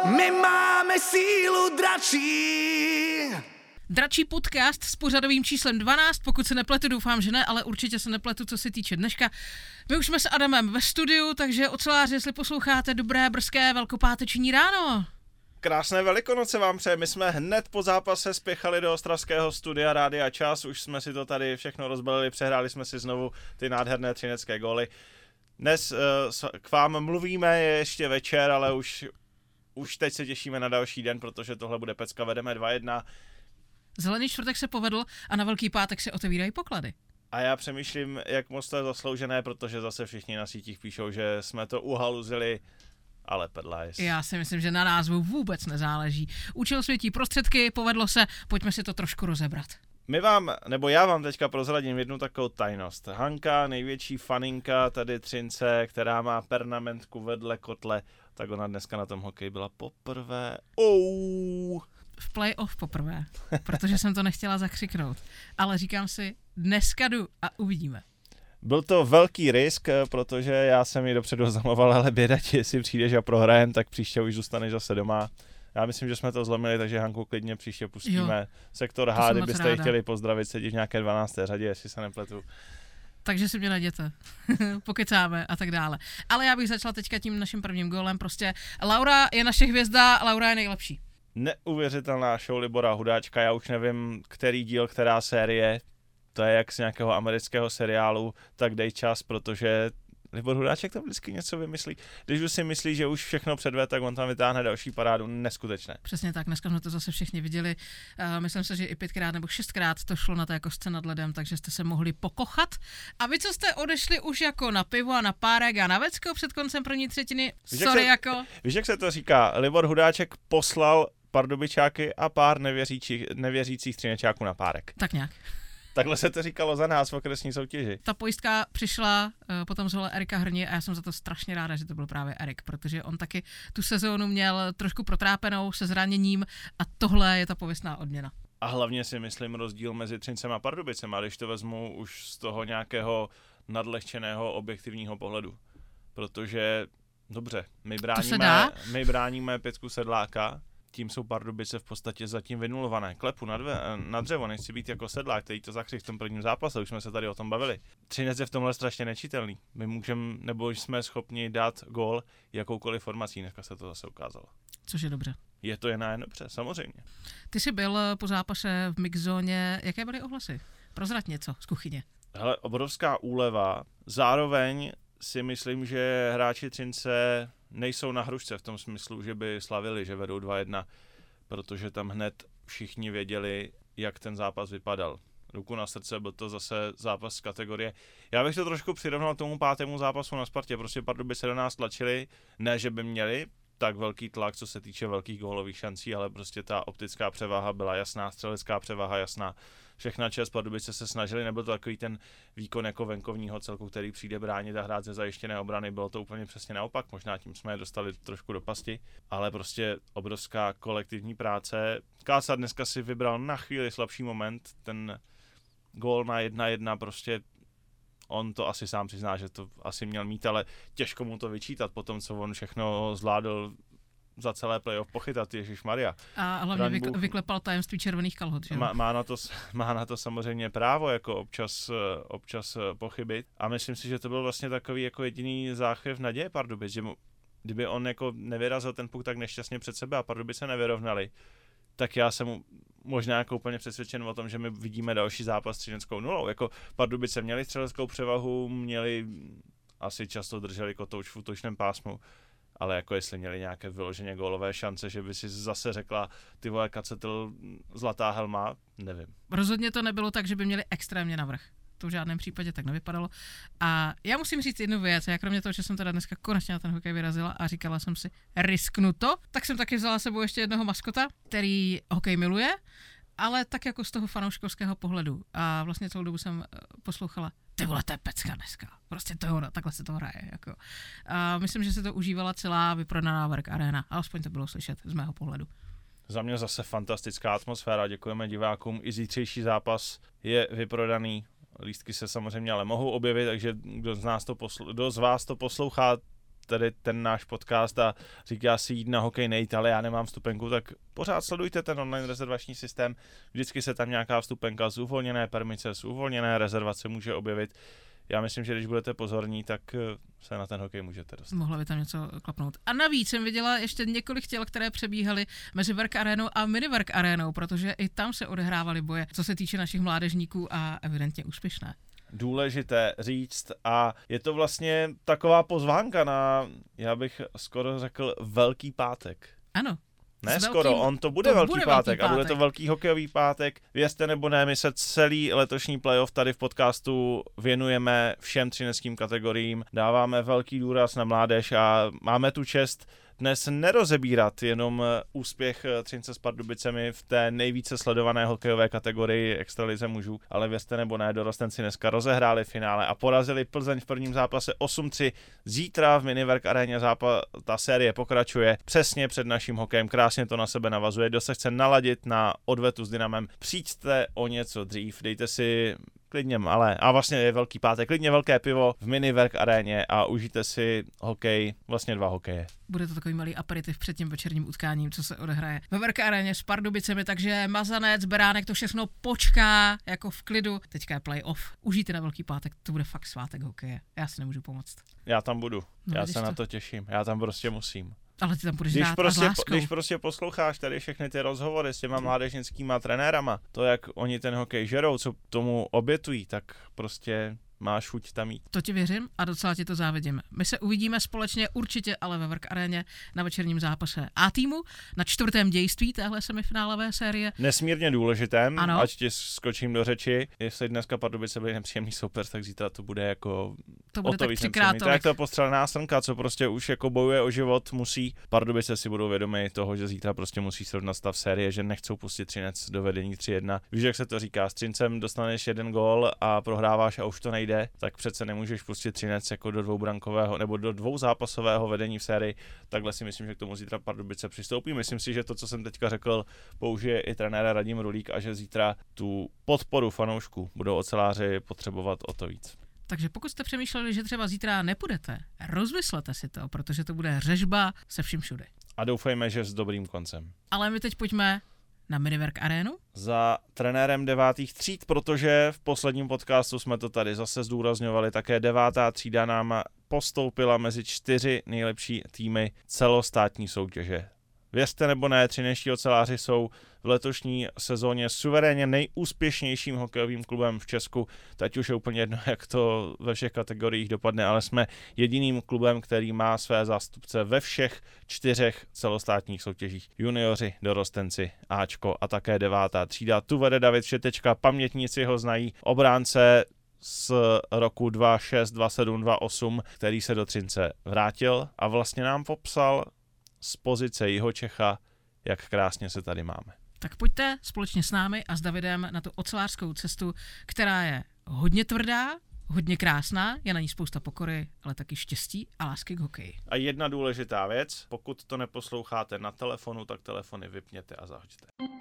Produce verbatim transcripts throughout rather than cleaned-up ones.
My máme sílu dračí. Dračí podcast s pořadovým číslem dvanáct, pokud se nepletu, doufám, že ne, ale určitě se nepletu, co se týče dneška. My už jsme s Adamem ve studiu, takže oceláři, jestli posloucháte, dobré brzké velkopáteční ráno. Krásné Velikonoce vám přeje, my jsme hned po zápase spěchali do ostravského studia Rádia Čas, už jsme si to tady všechno rozbalili, přehráli jsme si znovu ty nádherné třinecké góly. Dnes uh, k vám mluvíme, je ještě večer, ale už, už teď se těšíme na další den, protože tohle bude pecka, vedeme dva jedna. Zelený čtvrtek se povedl a na Velký pátek se otevírají poklady. A já přemýšlím, jak moc to je zasloužené, protože zase všichni na sítích píšou, že jsme to uhaluzili, ale pedlajs. Já si myslím, že na názvu vůbec nezáleží. Účel světí prostředky, povedlo se, pojďme si to trošku rozebrat. My vám, nebo já vám teďka prozradím jednu takovou tajnost. Hanka, největší faninka tady Třince, která má pernamentku vedle kotle, tak ona dneska na tom hokeji byla poprvé. Ouuu. V playoff poprvé, protože jsem to nechtěla zakřiknout. Ale říkám si, dneska jdu a uvidíme. Byl to velký risk, protože já jsem ji dopředu oznamoval, ale běda ti, jestli přijdeš a prohrajem, tak příště už zůstaneš zase doma. Já myslím, že jsme to zlomili, takže Hanku klidně příště pustíme. Jo, sektor H, kdybyste ji chtěli pozdravit, sedí v nějaké dvanácté řadě, jestli se nepletu. Takže si mě najděte, pokecáme a tak dále. Ale já bych začala teďka tím naším prvním gólem, prostě Laura je naše hvězda, Laura je nejlepší. Neuvěřitelná show Libora Hudáčka, já už nevím, který díl, která série, to je jak z nějakého amerického seriálu, tak dej čas, protože Libor Hudáček tam vždycky něco vymyslí. Když už si myslí, že už všechno předvede, tak on tam vytáhne další parádu, neskutečné. Přesně tak, dneska jsme to zase všichni viděli, uh, myslím si, že i pětkrát nebo šestkrát to šlo na to jako scéna nad ledem, takže jste se mohli pokochat. A vy, co jste odešli už jako na pivo a na párek a na vecko před koncem první třetiny, víš, sorry jak se, jako. Víš, jak se to říká, Libor Hudáček poslal pardubičáky a pár nevěřících, nevěřících třinečáků na párek. Tak nějak. Takhle se to říkalo za nás v okresní soutěži. Ta pojistka přišla, potom zvolil Erika Hrni a já jsem za to strašně ráda, že to byl právě Erik, protože on taky tu sezónu měl trošku protrápenou se zraněním a tohle je ta pověstná odměna. A hlavně si myslím rozdíl mezi Třincem a Pardubicem, a když to vezmu už z toho nějakého nadlehčeného objektivního pohledu. Protože, dobře, my bráníme, my bráníme Pětku Sedláka, tím jsou Pardubice v podstatě zatím vynulované. Klepu na, dve, na dřevo, nechci být jako Sedlák, který to zakřiv v tom prvním zápase, už jsme se tady o tom bavili. Třinec je v tomhle strašně nečitelný. My můžeme, nebo jsme schopni dát gól jakoukoliv formací, dneska se to zase ukázalo. Což je dobře. Je to jen a jen dobře, samozřejmě. Ty jsi byl po zápase v mixzóně, jaké byly ohlasy? Prozrať něco z kuchyně. Hele, obrovská úleva, zároveň si myslím, že hráči Třince nejsou na hrušce v tom smyslu, že by slavili, že vedou dva jedna, protože tam hned všichni věděli, jak ten zápas vypadal. Ruku na srdce, byl to zase zápas z kategorie. Já bych to trošku přirovnal tomu pátému zápasu na Spartě, prostě Pardubice do nás tlačili, ne, že by měli tak velký tlak, co se týče velkých gólových šancí, ale prostě ta optická převaha byla jasná, střelecká převaha jasná. Všechna část Pardubice se snažili, nebyl to takový ten výkon jako venkovního celku, který přijde bránit a hrát ze zajištěné obrany, bylo to úplně přesně naopak, možná tím jsme je dostali trošku do pasti, ale prostě obrovská kolektivní práce. Káca dneska si vybral na chvíli slabší moment, ten gól na jedna jedna, prostě on to asi sám přizná, že to asi měl mít, ale těžko mu to vyčítat po tom, co on všechno zvládl za celé playoff pochytat, ježišmarja. A hlavně vykl, vyklepal tajemství červených kalhot, že jo? Má, má, na to, má na to samozřejmě právo, jako občas, občas pochybit. A myslím si, že to byl vlastně takový jako jediný záchvěv naděje Pardubic, že mu, kdyby on jako nevyrazil ten puk tak nešťastně před sebe a Pardubice nevyrovnali, tak já jsem možná jako úplně přesvědčen o tom, že my vidíme další zápas s třineckou nulou. Jako Pardubice měli střeleckou převahu, měli, asi často drželi kotouč v útočném pásmu, ale jako jestli měli nějaké vyloženě gólové šance, že by si zase řekla, ty vole, Kacetl, zlatá helma, nevím. Rozhodně to nebylo tak, že by měli extrémně navrch. To v žádném případě tak nevypadalo. A já musím říct jednu věc, já kromě toho, že jsem teda dneska konečně na ten hokej vyrazila a říkala jsem si, risknu to, tak jsem taky vzala sebou ještě jednoho maskota, který hokej miluje, ale tak jako z toho fanouškovského pohledu. A vlastně celou dobu jsem poslouchala, ty vole, to je pecka dneska. Prostě to je ona, takhle se to hraje. Jako. A myslím, že se to užívala celá vyprodaná Werk Arena. Alespoň to bylo slyšet z mého pohledu. Za mě zase fantastická atmosféra, děkujeme divákům. I zítřejší zápas je vyprodaný. Lístky se samozřejmě ale mohou objevit, takže kdo z, nás to posl- kdo z vás to poslouchá tady ten náš podcast a říká si jít na hokej nejít, ale já nemám vstupenku, tak pořád sledujte ten online rezervační systém. Vždycky se tam nějaká vstupenka z uvolněné permice, z uvolněné rezervace může objevit. Já myslím, že když budete pozorní, tak se na ten hokej můžete dostat. Mohla by tam něco klapnout. A navíc jsem viděla ještě několik těl, které přebíhaly mezi Work Arenou a Mini Work Arenou, protože i tam se odehrávaly boje, co se týče našich mládežníků a evidentně úspěšné. Důležité říct a je to vlastně taková pozvánka na, já bych skoro řekl, Velký pátek. Ano. Ne velkým, skoro, on to bude, to velký, bude pátek, velký pátek a bude to velký hokejový pátek. Věřte nebo ne, my se celý letošní playoff tady v podcastu věnujeme všem třineckým kategoriím, dáváme velký důraz na mládež a máme tu čest dnes nerozebírat jenom úspěch Třince s Pardubicemi v té nejvíce sledované hokejové kategorii extralize mužů, ale věřte nebo ne, dorostenci dneska rozehráli finále a porazili Plzeň v prvním zápase osm tři. Zítra v Miniverk aréně zápas, ta série pokračuje přesně před naším hokejem, krásně to na sebe navazuje. Kdo se chce naladit na odvetu s Dynamem, přijďte o něco dřív, dejte si klidně malé, a vlastně je Velký pátek, klidně velké pivo v Miniverk aréně a užijte si hokej, vlastně dva hokeje. Bude to takový malý aperitiv před tím večerním utkáním, co se odehraje ve Verk aréně s Pardubicemi, takže Mazanec, Beránek, to všechno počká jako v klidu. Teďka je playoff. Užijte na Velký pátek, to bude fakt svátek hokeje. Já si nemůžu pomoct. Já tam budu, no, já se to. na to těším, já tam prostě musím. Ale ty tam budeš když dát prostě, a s láskou. Když prostě posloucháš tady všechny ty rozhovory s těma mládežnickýma trenérama, to, jak oni ten hokej žerou, co tomu obětují, tak prostě máš chuť tam jít. To ti věřím a docela ti to závidím. My se uvidíme společně určitě ale ve Verk aréně na večerním zápase A týmu, na čtvrtém dějství téhle semifinálové série. Nesmírně důležitém, ano. Ať ti skočím do řeči, jestli dneska Pardubice byli nepříjemný soupeř, tak zítra to bude jako to bude o to tak víc třikrát nepříjemný. tolik. Tak to postřelená srnka, co prostě už jako bojuje o život, musí. Pardubice si budou vědomi toho, že zítra prostě musí srovnat stav série, že nechcou pustit Třinec do vedení tři jedna. Víš, jak se to říká, s Třincem dostaneš jeden gól a prohráváš a už to nejde, tak přece nemůžeš pustit Třinec jako do dvoubrankového nebo do dvouzápasového vedení v sérii. Takhle si myslím, že k tomu zítra Pardubice přistoupí. Myslím si, že to, co jsem teďka řekl, použije i trenéra Radim Rulík a že zítra tu podporu fanoušků budou oceláři potřebovat o to víc. Takže pokud jste přemýšleli, že třeba zítra nepůjdete, rozmyslete si to, protože to bude řežba se vším všude. A doufejme, že s dobrým koncem. Ale my teď pojďme na Miniverk arénu. Za trenérem devátých tříd, protože v posledním podcastu jsme to tady zase zdůrazňovali, také devátá třída nám postoupila mezi čtyři nejlepší týmy celostátní soutěže. Věřte nebo ne, třinečtí oceláři jsou v letošní sezóně suverénně nejúspěšnějším hokejovým klubem v Česku. Teď už je úplně jedno, jak to ve všech kategoriích dopadne, ale jsme jediným klubem, který má své zástupce ve všech čtyřech celostátních soutěžích. Junioři, dorostenci, Ačko a také devátá třída. Tu vede David Všetečka, pamětníci ho znají, obránce z roku dva šest, dva sedm, dva osm, který se do Třince vrátil a vlastně nám popsal z pozice Jihočecha, jak krásně se tady máme. Tak pojďte společně s námi a s Davidem na tu ocelářskou cestu, která je hodně tvrdá, hodně krásná, je na ní spousta pokory, ale taky štěstí a lásky k hokeji. A jedna důležitá věc, pokud to neposloucháte na telefonu, tak telefony vypněte a zahoďte.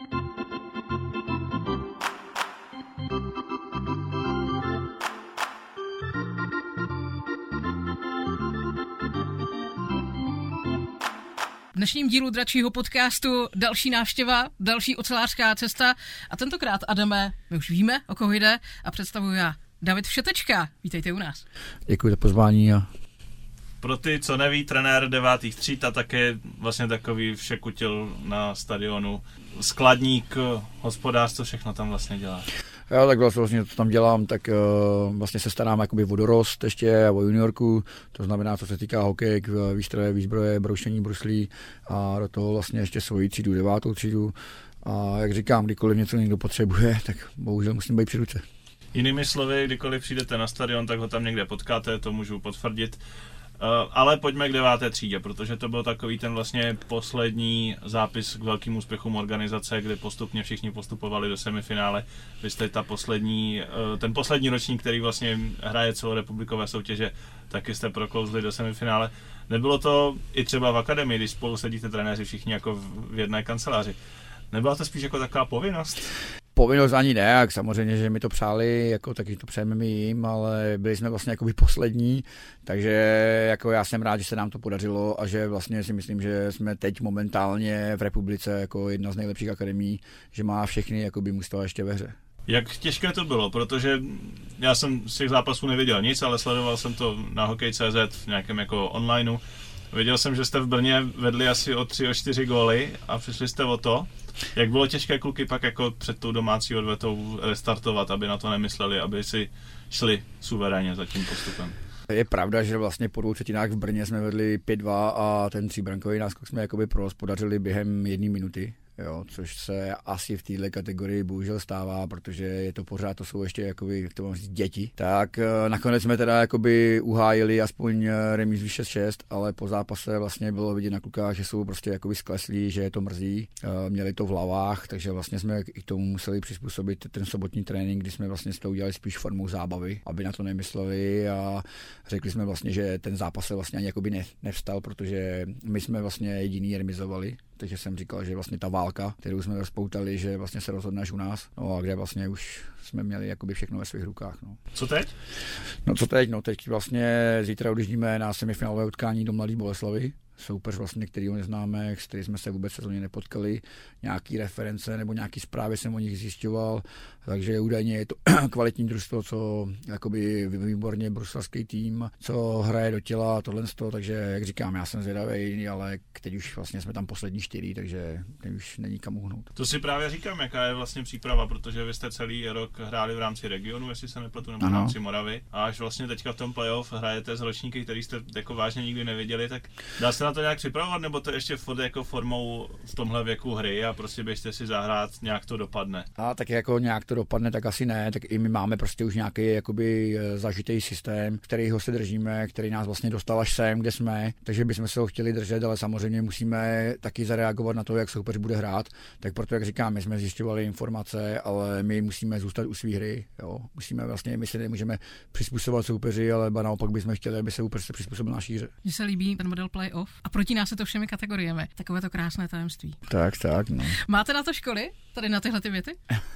V dnešním dílu dračího podcastu další návštěva, další ocelářská cesta a tentokrát, Adame, my už víme, o koho jde a představuji já David Všetečka. Vítejte u nás. Děkuji za pozvání. A... Pro ty, co neví, trenér devátých tříd a také vlastně takový všekutil na stadionu, skladník, hospodář, co všechno tam vlastně dělá. Já tak vlastně to tam dělám, tak uh, vlastně se starám jakoby o dorost ještě, o juniorku, to znamená, co se týká hokejek, výstroje, výzbroje, broušení bruslí a do toho vlastně ještě svoji třídu, devátou třídu. A jak říkám, kdykoliv něco někdo potřebuje, tak bohužel musím být při ruce. Jinými slovy, kdykoliv přijdete na stadion, tak ho tam někde potkáte, to můžu potvrdit. Uh, ale pojďme k deváté třídě, protože to byl takový ten vlastně poslední zápis k velkým úspěchům organizace, kdy postupně všichni postupovali do semifinále. Vy jste ta poslední, uh, ten poslední ročník, který vlastně hraje celorepublikové soutěže, taky jste proklouzli do semifinále. Nebylo to i třeba v akademii, když spolu sedíte trenéři všichni jako v jedné kanceláři. Nebyla to spíš jako taková povinnost? Povinnost ani ne, jak samozřejmě, že mi to přáli, jako taky to přejeme my jim, ale byli jsme vlastně jakoby poslední, takže jako já jsem rád, že se nám to podařilo a že vlastně si myslím, že jsme teď momentálně v republice jako jedna z nejlepších akademií, že má všechny jakoby mužstva ještě ve hře. Jak těžké to bylo, protože já jsem z těch zápasů neviděl nic, ale sledoval jsem to na hokej tečka cé zet v nějakém jako onlineu. Viděl jsem, že jste v Brně vedli asi o tři, o čtyři góly a přišli jste o to. Jak bylo těžké kluky pak jako před tou domácí odvetou restartovat, aby na to nemysleli, aby si šli suverénně za tím postupem? Je pravda, že vlastně po dvou třetinách v Brně jsme vedli pět dva a ten tříbrankový náskok jsme jakoby prohospodařili během jedné minuty. Jo, což se asi v této kategorii bohužel stává, protože je to pořád, to jsou ještě jakoby, jak to mám říct, děti. Tak nakonec jsme teda jakoby uhájili aspoň remízu šest šest, ale po zápase vlastně bylo vidět na klukách, že jsou prostě jakoby skleslí, že je to mrzí. Měli to v hlavách, takže vlastně jsme i k tomu museli přizpůsobit ten sobotní trénink, kdy jsme vlastně to udělali spíš formou zábavy, aby na to nemysleli a řekli jsme vlastně, že ten zápas se vlastně ani jakoby ne, nevstal, protože my jsme vlastně jediný remizovali. Takže jsem říkal, že vlastně ta válka, kterou jsme rozpoutali, že vlastně se rozhodne až u nás, no a kde vlastně už jsme měli jakoby všechno ve svých rukách. No. Co teď? No co teď? No teď vlastně zítra odjíždíme na semifinálové utkání do Mladé Boleslavi. Soupeř vlastně, kterýho neznáme, s kterým jsme se vůbec sezóně nepotkali, nějaký reference nebo nějaký zprávy jsem o nich zjišťoval, takže údajně je to kvalitní družstvo, co jakoby výborně bruselský tým, co hraje do těla, tohle z toho, takže jak říkám, já jsem zvědavý, ale teď už vlastně jsme tam poslední čtyři, takže teď už není kam uhnout. To si právě říkám, jaká je vlastně příprava, protože vy jste celý rok hráli v rámci regionu, jestli se nepletu, nebo v rámci Moravy, a až vlastně teďka v tom playoff hrajete s ročníky, který jste jako vážně nikdy neviděli, tak dá se na to nějak připravovat, nebo to ještě furt jako formou v tomhle věku hry a prostě běžte si zahrát, nějak to dopadne? A tak jako nějak to dopadne, tak asi ne, tak i my máme prostě už nějaký jakoby zažitý systém, kterýho se držíme, který nás vlastně dostal až sem, kde jsme, takže bychom se ho chtěli držet, ale samozřejmě musíme taky zareagovat na to, jak soupeř bude hrát, tak proto, jak říkám, my jsme zjišťovali informace, ale my musíme zůstat u své hry, jo. Musíme vlastně, my se nemůžeme přizpůsobovat soupeři, ale naopak bychom chtěli, aby se soupeř se přizpůsobil naší hře. Mně se líbí ten model playoff a protíná se to všemi kategoriemi. Takové to krásné tajemství. Tak, tak, no. Máte na to školy? Tady na tyhle ty věty?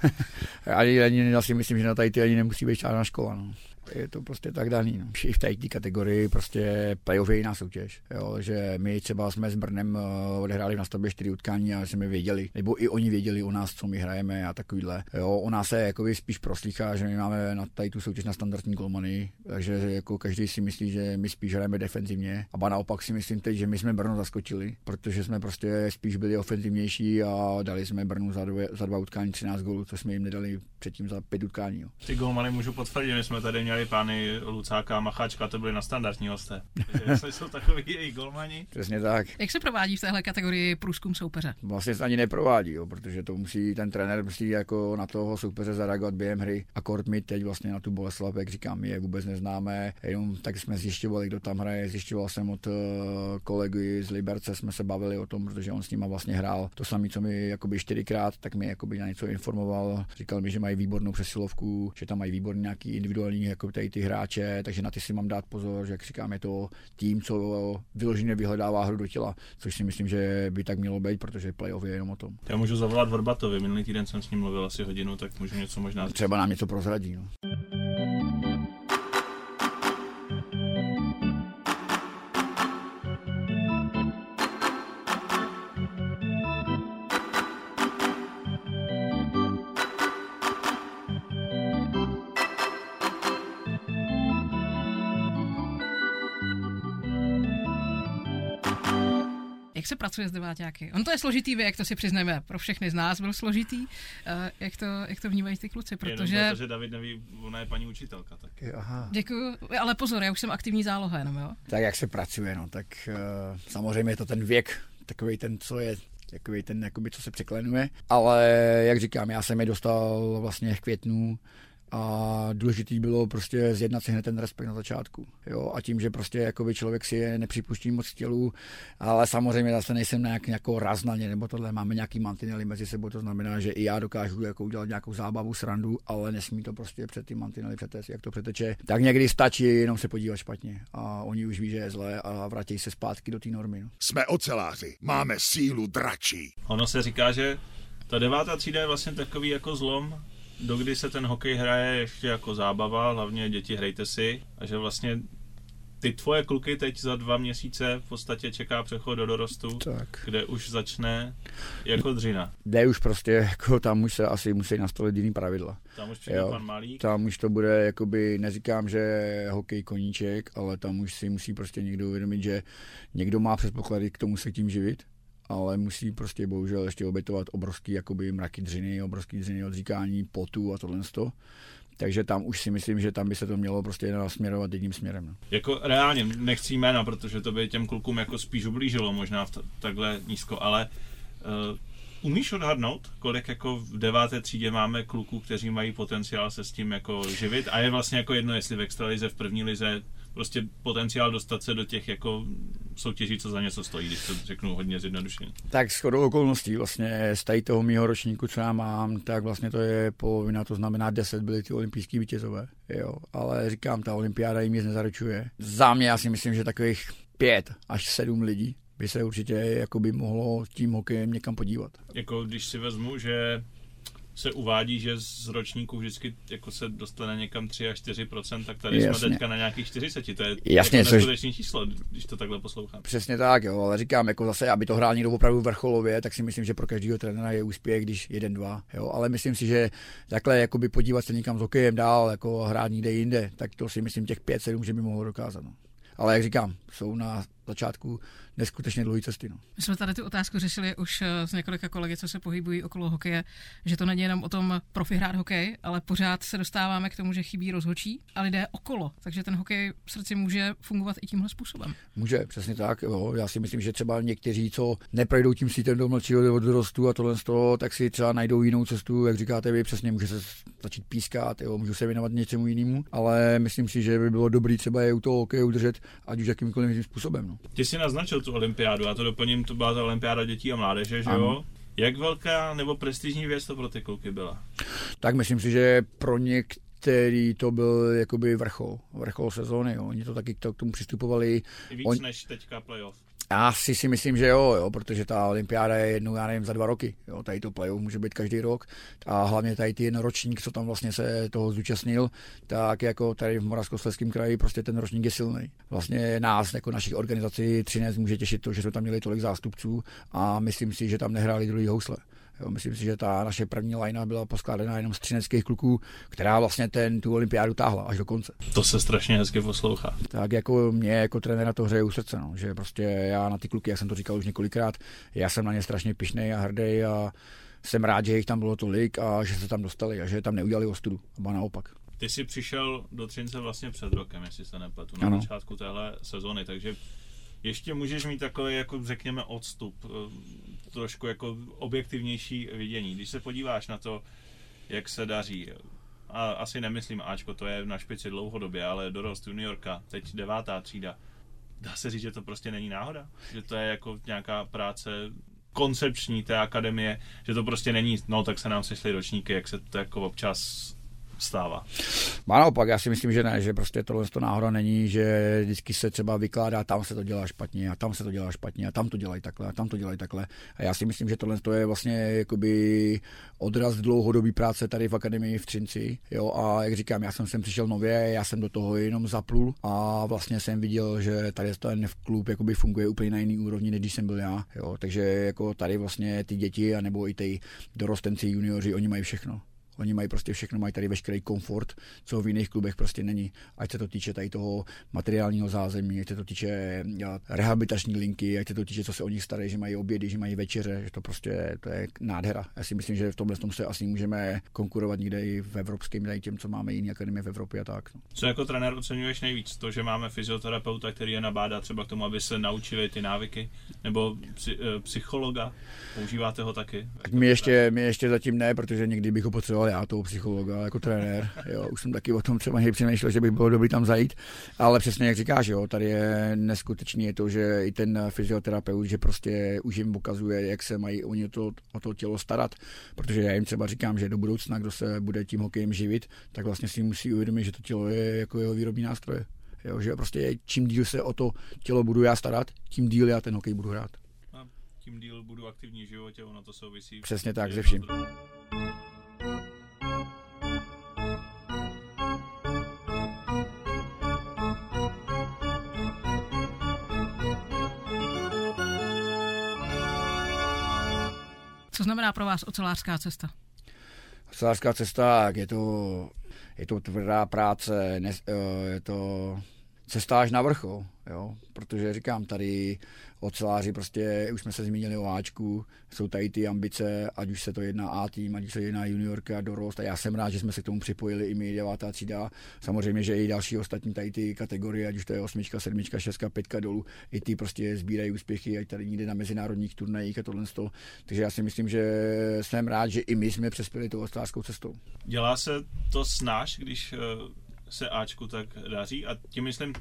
ani, ani asi myslím, že na tady ty ani nemusí být žádná škola, no. Je to prostě tak daný. No. I v té kategorii prostě playoff je jiná soutěž. Jo, že my třeba jsme s Brnem odehráli na stavbě čtyři utkání a jsme věděli, nebo i oni věděli o nás, co my hrajeme a takovýhle. Jo, o nás se jakoby spíš proslýchá, že my máme na tady tu soutěž na standardní golmany, takže jako každý si myslí, že my spíš hrajeme defenzivně. A ba naopak si myslím teď, že my jsme Brno zaskočili, protože jsme prostě spíš byli ofenzivnější a dali jsme Brnu za, dvě, za dva utkání třináct gólů, co jsme jim nedali předtím za pět utkání. Jo. Ty golmany můžu potvrdit, my jsme tady měli pány Lucáka a Macháčka, to byli na standardní hosté. Jestli jsou takový jejich golmani. Přesně tak. Jak se provádí v téhle kategorii průzkum soupeře? Vlastně se ani neprovádí, jo, protože to musí ten trenér musí jako na toho soupeře zareagovat během hry. Akord my teď vlastně na tu Boleslav, jak říkám, my je vůbec neznáme, jenom tak jsme zjišťovali, kdo tam hraje, zjišťoval jsem od uh, kolegy z Liberce, jsme se bavili o tom, protože on s nima vlastně hrál to samé, co mi jakoby čtyřikrát, tak mi jakoby na něco informoval, říkal mi, že mají výbornou přesilovku, že tam mají výborný nějaký individuální jako tady ty hráče, takže na ty si mám dát pozor, že jak říkám, je to tým, co vyloženě vyhledává hru do těla, což si myslím, že by tak mělo být, protože playoff je jenom o tom. Já můžu zavolat Vorbatovi, minulý týden jsem s ním mluvil asi hodinu, tak můžu něco možná... Třeba nám něco prozradí. No. Jak se pracuje s deváťáky? On to je složitý věk, to si přizneme, pro všechny z nás byl složitý. Uh, jak, to, jak to vnímají ty kluci? Protože... Jenom protože David neví, ona je paní učitelka. Tak. Aha. Děkuju, ale pozor, já už jsem aktivní záloha jenom, jo? Tak jak se pracuje, no, tak uh, samozřejmě je to ten věk, takový ten, co je takový ten, jakoby, co se překlenuje, ale jak říkám, já jsem je dostal vlastně v květnu, a důležitý bylo prostě zjednat si hned ten respekt na začátku. Jo? A tím, že prostě jakoby člověk si je nepřipuští moc k tělu, ale samozřejmě zase nejsem nějak, nějakou raznaně, nebo tohle, máme nějaký mantinely mezi sebou, to znamená, že i já dokážu jako udělat nějakou zábavu, srandu, ale nesmí to prostě před ty mantinely přetéct, jak to přeteče. Tak někdy stačí jenom se podívat špatně a oni už ví, že je zlé a vrátí se zpátky do té normy. No. Jsme oceláři, máme sílu dračí. Ono se říká, že Ta devátá třída je vlastně takový jako zlom, dokdy se ten hokej hraje ještě jako zábava, hlavně děti hrajte si, a že vlastně ty tvoje kluky teď za dva měsíce v podstatě čeká přechod do dorostu, tak. Kde už začne jako dřina. Kde už prostě, jako tam už se asi musí nastavit jiný pravidla. Tam už přijde pan Malík. Tam už to bude, jakoby, neříkám, že hokej koníček, ale tam už si musí prostě někdo uvědomit, že někdo má předpoklady k tomu se tím živit, ale musí prostě bohužel ještě obětovat obrovský jakoby mraky dřiny, obrovský dřiny odříkání, potu a tohle sto. Takže tam už si myslím, že tam by se to mělo prostě nasměrovat jedním směrem. No. Jako reálně, nechci jména, protože to by těm klukům jako spíš ublížilo možná v t- takhle nízko, ale uh, umíš odhadnout, kolik jako v deváté třídě máme kluků, kteří mají potenciál se s tím jako živit, a je vlastně jako jedno, jestli v extralize, v první lize, prostě potenciál dostat se do těch jako soutěží, co za něco stojí, když to řeknu hodně zjednodušeně. Tak shodou okolností vlastně z tady toho mýho ročníku, co já mám, tak vlastně to je polovina, to znamená deset byly ty olympijský vítězové, jo, ale říkám, ta olympiáda jim nic nezaručuje. Za mě já si myslím, že takových pět až sedm lidí by se určitě jakoby mohlo tím hokejem někam podívat. Jako když si vezmu, že se uvádí, že z ročníků vždycky jako se dostane někam tři až čtyři procenta, tak tady Jasně. jsme teďka na nějakých čtyřicet. To je Jasně, jako neskutečné číslo, když to takhle poslouchám. Přesně tak, jo, ale říkám, jako zase, aby to hrál někdo opravdu vrcholově, tak si myslím, že pro každého trenéra je úspěch, když jeden, dva, jo, ale myslím si, že takhle jakoby podívat se někam s hokejem dál, jako hrát někde jinde, tak to si myslím těch pět, sedm, že by mohlo dokázat. No. Ale jak říkám, jsou na začátku neskutečně dlouhé cesty. No. My jsme tady tu otázku řešili už s několika kolegy, co se pohybují okolo hokeje, že to není jenom o tom profi hrát hokej, ale pořád se dostáváme k tomu, že chybí rozhodčí a lidé okolo. Takže ten hokej v srdci může fungovat i tímhle způsobem. Může, přesně tak. Jo. Já si myslím, že třeba někteří, co neprojdou tím sítem do mladšího dorostu a tohle z toho, tak si třeba najdou jinou cestu, jak říkáte vy, přesně může se začít pískat, jo, můžu se věnovat něčemu jinému, ale myslím si, že by bylo dobré třeba je u toho hokeje udržet, ať už jakýmkoliv způsobem. No. Ty jsi naznačil tu olympiádu, já to doplním, to byla ta olympiáda dětí a mládeže, že jo? Jak velká nebo prestižní věc to pro ty kluky byla? Tak myslím si, že pro některý to byl jakoby vrchol, vrchol sezóny, jo. Oni to taky k tomu přistupovali. Víc On... než teďka playoff. Já si si myslím, že jo, jo, protože ta olympiáda je jednou, já nevím, za dva roky. Jo, tady to playoff může být každý rok. A hlavně tady ten ročník, co tam vlastně se toho zúčastnil, tak jako tady v Moravskoslezském kraji prostě ten ročník je silný. Vlastně nás, jako našich organizací Třinec, může těšit to, že jsme tam měli tolik zástupců a myslím si, že tam nehráli druhý housle. Jo, myslím si, že ta naše první linea byla poskládaná jenom z třineckých kluků, která vlastně ten, tu olympiádu táhla až do konce. To se strašně hezky poslouchá. Tak jako mě jako trenéra to hřeje u srdce, no, že prostě já na ty kluky, jak jsem to říkal už několikrát, já jsem na ně strašně pyšnej a hrdý a jsem rád, že jich tam bylo tolik a že se tam dostali a že tam neudělali ostudu, a naopak. Ty jsi přišel do Třince vlastně před rokem, jestli se nepletu, na ano. začátku téhle sezony, takže ještě můžeš mít takový, jako řekněme, odstup, trošku jako objektivnější vidění. Když se podíváš na to, jak se daří, a asi nemyslím Ačko, to je na špici dlouhodobě, ale dorost juniorka, teď devátá třída, dá se říct, že to prostě není náhoda? Že to je jako nějaká práce koncepční té akademie, že to prostě není, no tak se nám sešly ročníky, jak se to jako občas stává. Má naopak, já si myslím, že ne, že prostě tohle to náhoda není, že vždycky se třeba vykládá, tam se to dělá špatně a tam se to dělá špatně a tam to dělají takhle a tam to dělají takhle. A já si myslím, že tohle to je vlastně jakoby odraz dlouhodobý práce tady v akademii v Třinci. Jo, a jak říkám, já jsem sem přišel nově, já jsem do toho jenom zaplul a vlastně jsem viděl, že tady ten klub jakoby funguje úplně na jiný úrovni, než když jsem byl já. Jo, takže jako tady vlastně ty děti a nebo i ty dorostenci, junioři, oni mají všechno. Oni mají prostě všechno, mají tady veškerý komfort, co v jiných klubech prostě není. Ať se to týče tady toho materiálního zázemí, ať se to týče rehabilitační linky, ať se to týče, co se o nich starají, že mají obědy, že mají večeře, že to prostě to je nádhera. Já si myslím, že v tomhle tom se asi můžeme konkurovat někde i v evropském, tady těm, co máme jiné akademie v Evropě a tak. No. Co jako trenér oceňuješ nejvíc? To, že máme fyzioterapeuta, který je nabádá třeba k tomu, aby se naučili ty návyky, nebo psychologa? Používáte ho taky? My ještě, my ještě zatím ne, protože někdy bych ho potřeboval já toho psychologa jako trenér. Jo, už jsem taky o tom třeba někdy přemýšlel, že by bylo dobré tam zajít, ale přesně jak říkáš, jo, tady je neskutečný je to, že i ten fyzioterapeut, že prostě už jim ukazuje, jak se mají oni o to, o to tělo starat, protože já jim třeba říkám, že do budoucna, kdo se bude tím hokejem živit, tak vlastně si musí uvědomit, že to tělo je jako jeho výrobní nástroje. Jo, že prostě čím díl se o to tělo budu já starat, tím díl já ten hokej budu hrát. tím díl budu aktivní v životě, ono to souvisí. Přesně tak, ze vším. Co znamená pro vás ocelářská cesta? Ocelářská cesta, je to, je to tvrdá práce, ne, je to cesta až na vrchol, jo? Protože říkám, tady oceláři prostě, už jsme se zmínili o Ačku, jsou tady ty ambice, ať už se to jedná A tým, ať už se jedná juniorka, dorost, a já jsem rád, že jsme se k tomu připojili i my, devátá třída, samozřejmě, že i další ostatní tady ty kategorie, ať už to je osmička, sedmička, šestka, pětka dolů, i ty prostě sbírají úspěchy, ať tady někde na mezinárodních turnajích a tohle stol. Takže já si myslím, že jsem rád, že i my jsme přespěli tou ocelářskou cestou. Dělá se to snáš, když se Ačku tak daří, a tím myslím,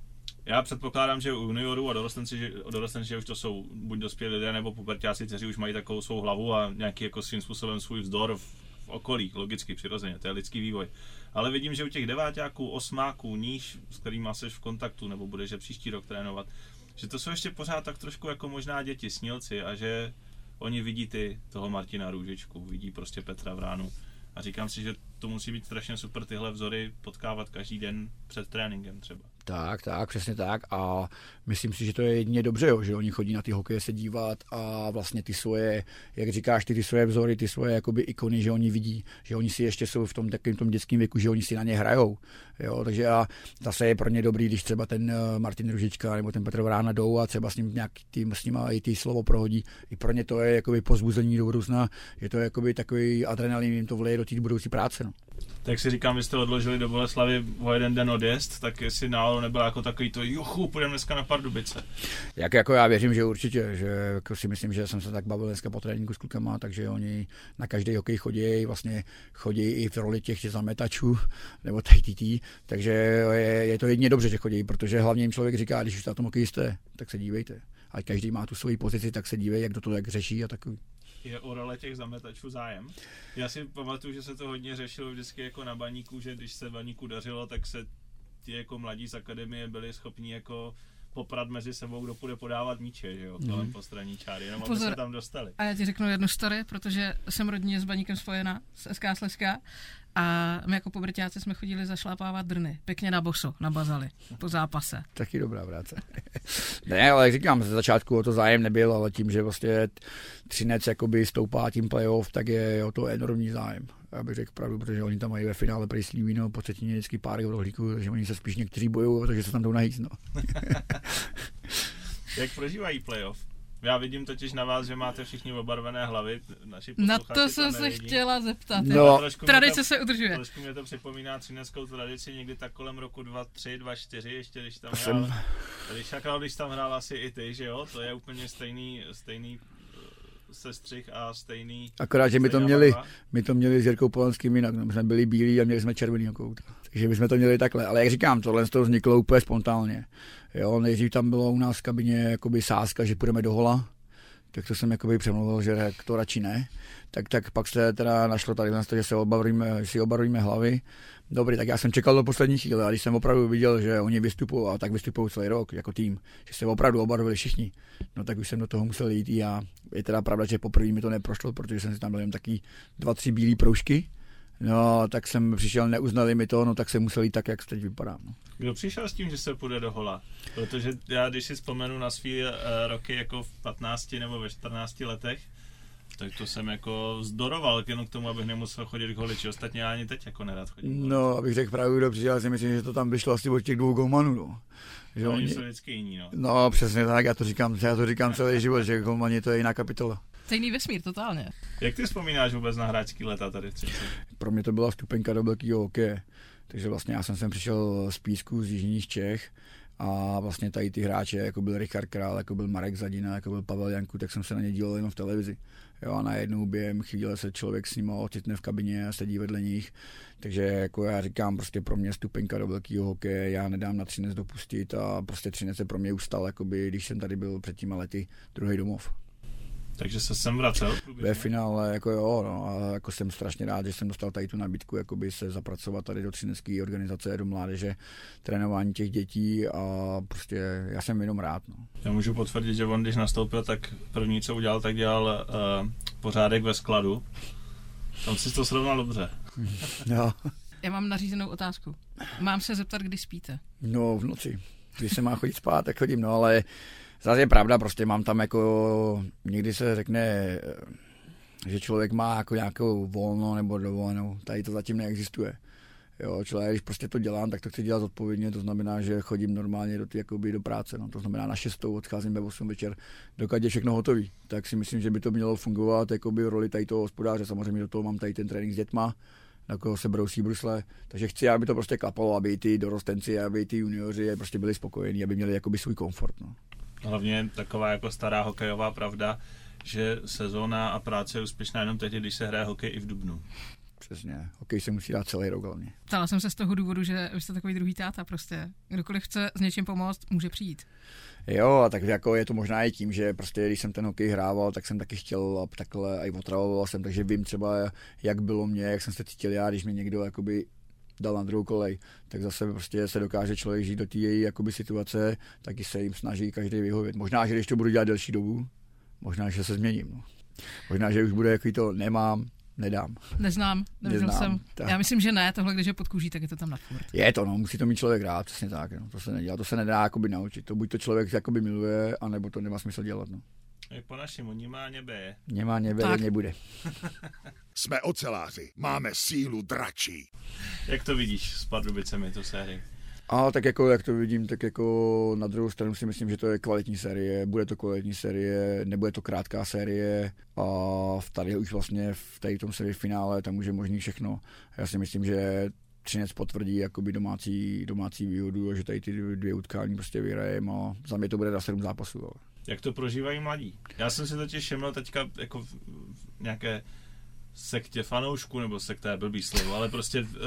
já předpokládám, že u juniorů a dorostenci, že, dorostenci, že už to jsou buď dospělí lidé nebo puberťáci, kteří už mají takovou svou hlavu a nějaký jako svým způsobem svůj vzdor v, v okolí, logicky, přirozeně, to je lidský vývoj. Ale vidím, že u těch deváťáků, osmáků, níž, s kterými jsi v kontaktu, nebo budeš že příští rok trénovat, že to jsou ještě pořád tak trošku jako možná děti, snílci, a že oni vidí ty, toho Martina Růžičku, vidí prostě Petra Vránu. A říkám si, že to musí být strašně super tyhle vzory potkávat každý den před tréninkem třeba. Tak, tak, přesně tak, a myslím si, že to je jedině dobře, jo, že oni chodí na ty hokeje se dívat a vlastně ty svoje, jak říkáš, ty, ty svoje vzory, ty svoje jakoby ikony, že oni vidí, že oni si ještě jsou v tom takovém tom dětském věku, že oni si na ně hrajou, jo, takže a zase je pro ně dobrý, když třeba ten Martin Růžička nebo ten Petr Vrána jdou a třeba s ním nějak tým, s nima i ty slovo prohodí, i pro ně to je jakoby pozbuzení do budoucna, že to je jakoby takový adrenalin, jim to vleje do té budoucí práce, no. Tak si říkám, vy jste odložili do Boleslavy o jeden den odjezd, tak jestli náhodou nebylo jako takový to juchu, půjdeme dneska na Pardubice. Jak jako já věřím, že určitě, že jako si myslím, že jsem se tak bavil dneska po tréninku s klukama, takže oni na každý hokej chodí, vlastně chodí i v roli těch zametačů, nebo T T T, takže je, je to jedině dobře, že chodí, protože hlavně jim člověk říká, když už na tom hokeji jste, tak se dívejte. Ať každý má tu svoji pozici, tak se dívej, jak do toho jak řeší a takový. Je o role těch zametačů zájem. Já si pamatuju, že se to hodně řešilo vždycky jako na Baníku, že když se Baníku dařilo, tak se ti jako mladí z akademie byli schopni jako poprat mezi sebou, kdo půjde podávat míče, že jo, kolem mm. postranní čáry, jenom aby se tam dostali. A já ti řeknu jednu story, protože jsem rodině s Baníkem spojená, s S K Slezská, a my jako puberťáci jsme chodili zašlápávat drny, pěkně na boso, na bazali, po zápase. Taky dobrá práce. Ne, ale jak říkám, ze začátku o to zájem nebyl, ale tím, že vlastně Třinec jakoby stoupá tím playoff, tak je o to enormní zájem. Já bych řekl pravdu, protože oni tam mají ve finále prý Slívíno, po třetině vždycky pár v rohlíku, takže oni se spíš někteří bojují, protože se tam jdou najíst, no. Jak prožívají playoff? Já vidím totiž na vás, že máte všichni obarvené hlavy. Naši na to jsem se chtěla zeptat. No. Tradice to, se udržuje. Trošku mě to připomíná třineckou tradici, někdy tak kolem roku dva tři, dva čtyři, ještě když tam jsem... hrál, když, když tam hrál asi i ty, že jo? To je úplně stejný, stejný sestřih a stejný... Akorát, že my to měli, my to měli s Jirkou Polanským jinak, no, my jsme byli bílí a měli jsme červený okouta. Takže my jsme to měli takhle, ale jak říkám, tohle z toho vzniklo úplně spontánně. Jo, nejdřív tam bylo u nás v kabině jakoby sázka, že půjdeme do hola, tak to jsem jakoby přemluvil, že to radši ne. Tak, tak pak se teda našlo tady, že se obarvíme, si obarvíme hlavy. Dobrý, tak já jsem čekal do poslední chvíle, a když jsem opravdu viděl, že oni vystupují, a tak vystupují celý rok jako tým, že se opravdu obarvili všichni, no tak už jsem do toho musel jít i já. Je teda pravda, že poprvé mi to neprošlo, protože jsem si tam byl jen taky dva, tři bílé proužky. No, tak jsem přišel, neuznali mi to, no tak jsem musel jít tak, jak teď vypadám. No. Kdo přišel s tím, že se půjde do hola? Protože já, když si vzpomenu na svý uh, roky jako v patnácti nebo ve čtrnácti letech, tak to jsem jako zdoroval jenom k tomu, abych nemusel chodit k holiči. Ostatně já ani teď jako nerad chodím. No, abych řekl pravdu, kdo přišel, si myslím, že to tam vyšlo asi od těch dvou golmanů, no. Že no, oni jsou vždycky jiní, no. No, přesně tak, já to říkám, já to říkám celý život, že golmani to je jiná kapitola. Stejný vesmír, totálně. Jak ty vzpomínáš vůbec na hráčský leta tady v Třinci? Pro mě to byla vstupenka do velkého hokeje. Takže vlastně já jsem sem přišel z Písku, z jižních Čech, a vlastně tady ty hráče, jako byl Richard Král, jako byl Marek Zadina, jako byl Pavel Janku, tak jsem se na ně díval jenom v televizi. Jo, a najednou během chvíle se člověk s nimi ocitne v kabině a sedí vedle nich. Takže jako já říkám, prostě pro mě stupenka do velkého hokeje, já nedám na Třinec dopustit a prostě Třinec je pro mě ustal, jakoby, když jsem tady byl před těma lety druhý domov. Takže se sem vracel? Ve finále jako jo, no, a jako jsem strašně rád, že jsem dostal tady tu nabídku jakoby se zapracovat tady do třinecké organizace, do mládeže, trénování těch dětí a prostě já jsem jenom rád. No. Já můžu potvrdit, že on když nastoupil, tak první co udělal, tak dělal uh, pořádek ve skladu. Tam si to srovnal dobře. Jo. Já mám nařízenou otázku. Mám se zeptat, kdy spíte? No v noci. Když se má chodit spát, tak chodím, no ale zase je pravda, prostě mám tam jako, někdy se řekne, že člověk má jako nějakou volno nebo dovolenou, tady to zatím neexistuje. Jo, člověk, když prostě to dělám, tak to chci dělat zodpovědně, to znamená, že chodím normálně do, ty, jakoby, do práce, no. To znamená na šestou, odcházím ve osm večer, dokud je všechno hotový. Tak si myslím, že by to mělo fungovat jakoby v roli tady toho hospodáře, samozřejmě do toho mám tady ten trénink s dětma, na koho se brousí brusle, takže chci, aby to prostě klapalo, aby ty dorostenci, aby ty junioři prostě byli spokojení, aby měli jakoby svůj komfort. No. Hlavně taková jako stará hokejová pravda, že sezóna a práce je úspěšná jenom tehdy, když se hraje hokej i v dubnu. Přesně, hokej se musí dát celý rok hlavně. Ptala jsem se z toho důvodu, že vy jste takový druhý táta prostě. Kdokoliv chce s něčím pomoct, může přijít. Jo, a tak jako je to možná i tím, že prostě když jsem ten hokej hrával, tak jsem taky chtěl a takhle i otravoval jsem, takže vím třeba, jak bylo mě, jak jsem se cítil já, když mě někdo jakoby dal na druhou kolej, tak zase prostě se dokáže člověk žít do té její jakoby situace, taky se jim snaží každý vyhovět. Možná, že když to budu dělat delší dobu, možná, že se změním. No. Možná, že už bude jaký to nemám, nedám. Neznám, neviděl jsem. Tak. Já myslím, že ne, tohle, když je pod kůží, tak je to tam na furt. Je to, no, musí to mít člověk rád, přesně tak, no. To se nedělá, to se nedá jakoby naučit. To buď to člověk jakoby miluje, anebo to nemá smysl dělat, no. Jak po našemu, nemá nebe. Nemá nebe, nebude. Jsme oceláři, máme sílu dračí. Jak to vidíš s Pardubicemi, tu sérii? A tak jako, jak to vidím, tak jako na druhou stranu si myslím, že to je kvalitní série, bude to kvalitní série, nebude to krátká série a tady už vlastně v tady tom semifinále tam už je možný všechno. Já si myslím, že Třinec potvrdí jakoby domácí, domácí výhodu a že tady ty dvě utkání prostě vyhrajeme a za mě to bude na sedm zápasů. Ale. Jak to prožívají mladí? Já jsem si totiž všiml teďka jako v, v nějaké sektě fanoušku, nebo sekta je blbý slovo, ale prostě uh,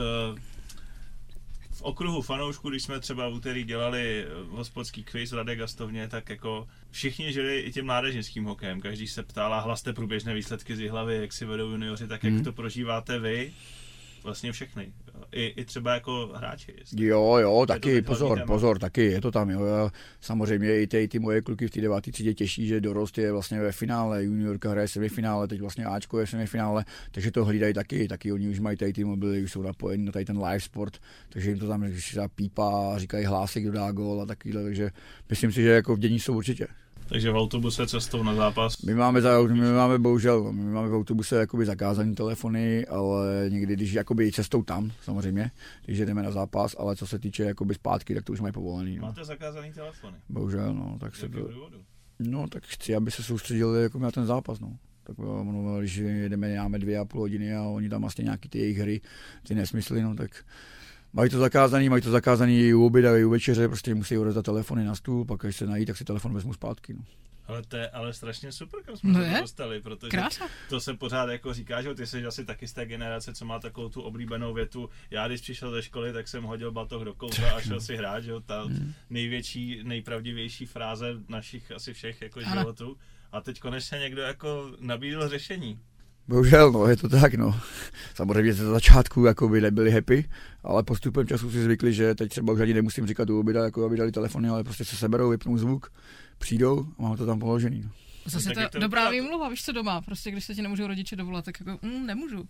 v okruhu fanoušků, když jsme třeba v úterý dělali hospodský quiz v Radek Gastovně, tak jako všichni žili i tím mládežnickým hokejem. Každý se ptal a hlaste průběžné výsledky z Jihlavy, jak si vedou junioři, tak jak hmm. to prožíváte vy? Vlastně všechny. I, i třeba jako hráči. Jo, jo, taky, pozor, pozor, taky, je to tam, jo. Samozřejmě i ty, ty moje kluky v té devátý třídě těší, že dorost je vlastně ve finále, juniorka hraje semifinále, teď vlastně Ačko je semifinále, takže to hlídají taky, taky oni už mají tady ty mobily, už jsou napojení na tady ten live sport, takže jim to tam pípá, říkají hlásy, kdo dá gól a takovýhle, takže myslím si, že jako v dění jsou určitě. Takže v autobuse cestou na zápas? My máme, za, my máme bohužel, my máme v autobuse jakoby zakázané telefony, ale někdy, když jakoby cestou tam, samozřejmě, když jdeme na zápas, ale co se týče jakoby zpátky, tak to už mají povolený. No. Máte zakázaný telefony? Bohužel, no. Tak se to... No, tak chci, aby se soustředili jako na ten zápas, no. Tak no, když jedeme, máme dvě a půl hodiny a oni tam vlastně nějaký ty jejich hry, ty nesmysly, no tak... Mají to zakázaný, mají to zakázaný i u oběda, i u večeře, prostě musí odezdat telefony na stůl, pak když se nají, tak si telefon vezmu zpátky. No. Ale to je ale strašně super, kam jsme no se dostali, protože Krása. To se pořád jako říká, že ty jsi asi taky z té generace, co má takovou tu oblíbenou větu. Já když přišel ze školy, tak jsem hodil batoh do kouta a šel si hrát, že ta největší, nejpravdivější fráze našich asi všech jako životů. A teď konečně někdo jako nabídl řešení. Bohužel, no, je to tak, no. Samozřejmě ze začátku jako by nebyli happy, ale postupem času si zvykli, že teď třeba už ani nemusím říkat u oběda, jako aby dali telefony, ale prostě se seberou, vypnou zvuk, přijdou a mám to tam položený. No. Zase no, to, to dobrá výmluva, víš co doma, prostě když se ti nemůžou rodiče dovolat, tak jako mm, nemůžu.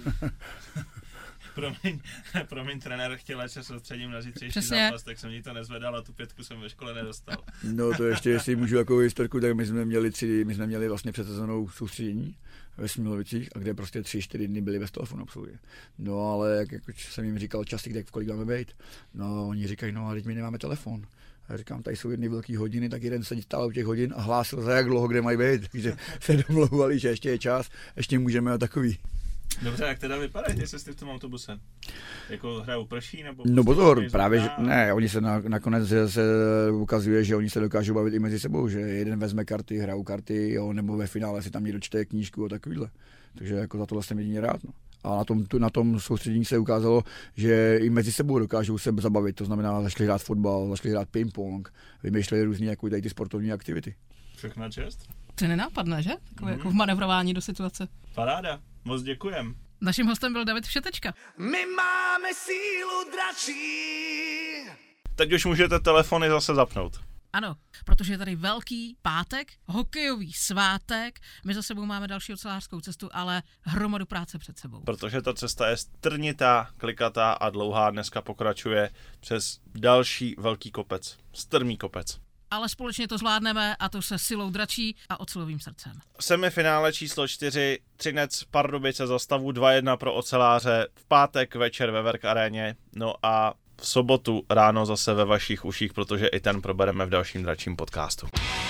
promiň, promiň, trenér chtěl, ať se soustředím na zítřejší zápas, tak jsem jí to nezvedal a tu pětku jsem ve škole nedostal. No to ještě, jestli můžu jako historku, tak my jsme měli tři, my jsme měli vlastně před sezónou soustředění ve Smilovicích, a kde prostě tři, čtyři dny byli bez telefonu absolutně. No ale jak, jak jsem jim říkal časy, kde v kolik máme být, no oni říkají, no a teď my nemáme telefon. A já říkám, tady jsou jedny velké hodiny, tak jeden sedí stál u těch hodin a hlásil, za jak dlouho, kde mají být. Takže se domlouvali, že ještě je čas, ještě můžeme a takový. Dobře, jak teda vypadají ty cesty v tom autobuse? Jako hrajou prší nebo... No pozor, právě, že, ne, oni se na, nakonec se ukazuje, že oni se dokážou bavit i mezi sebou, že jeden vezme karty, hrajou karty, jo, nebo ve finále si tam někdo čte knížku a takovýhle. Takže jako za tohle jsem jedině rád, no. A na tom, na tom soustředění se ukázalo, že i mezi sebou dokážou se zabavit, to znamená, zašli hrát fotbal, zašli hrát ping-pong, vymýšleli různě jako tady ty sportovní aktivity. Všechna čest. To je nenápadné, že? Takové Mm. jako v manevrování do situace. Paráda, moc děkujem. Naším hostem byl David Všetečka. My máme sílu dračí. Teď už můžete telefony zase zapnout. Ano, protože je tady velký pátek, hokejový svátek, my za sebou máme další ocelářskou cestu, ale hromadu práce před sebou. Protože ta cesta je strnitá, klikatá a dlouhá, dneska pokračuje přes další velký kopec, strmý kopec. Ale společně to zvládneme, a to se silou dračí a ocelovým srdcem. Semifinále číslo čtyři, Třinec Pardubice za stavu dva jedna pro oceláře, v pátek večer ve Werk Aréně, no a v sobotu ráno zase ve vašich uších, protože i ten probereme v dalším dračím podcastu.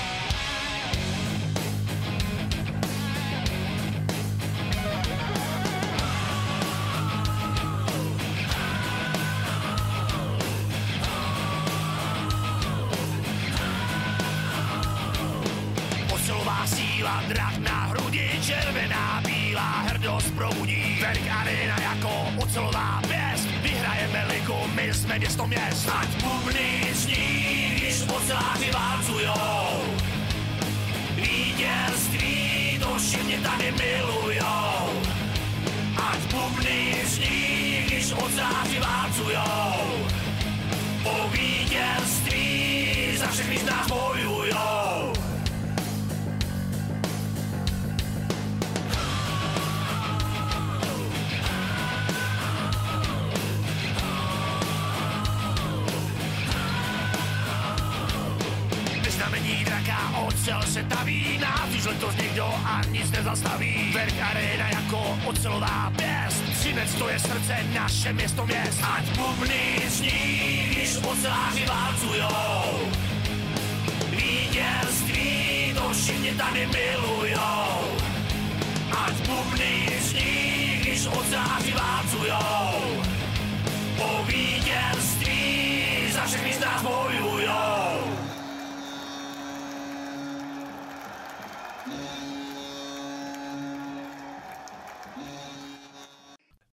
Posilová síla, drak na hrudi, červená, bílá, hrdost probudí. Werk Arena jako ocelová pěst, vyhrajeme ligu, my jsme město měst. Ať bubny zní, když oceláři válcujou. Vítězství, to všichni tady milujou. Ať bubny zní, když oceláři válcujou. Po vítězství za všechny z nás bojujou. Znamení draka, ocel se taví, nás už letos nikdo a nic nezastaví. Werk Arena jako ocelová pěst, Třinec to je srdce, naše město měst. Ať bubny zní, když oceláři válcujou. Vítězství, to všichni tady milujou. Ať bubny zní, když oceláři válcujou. Po vítězství za všechny z nás bojujou.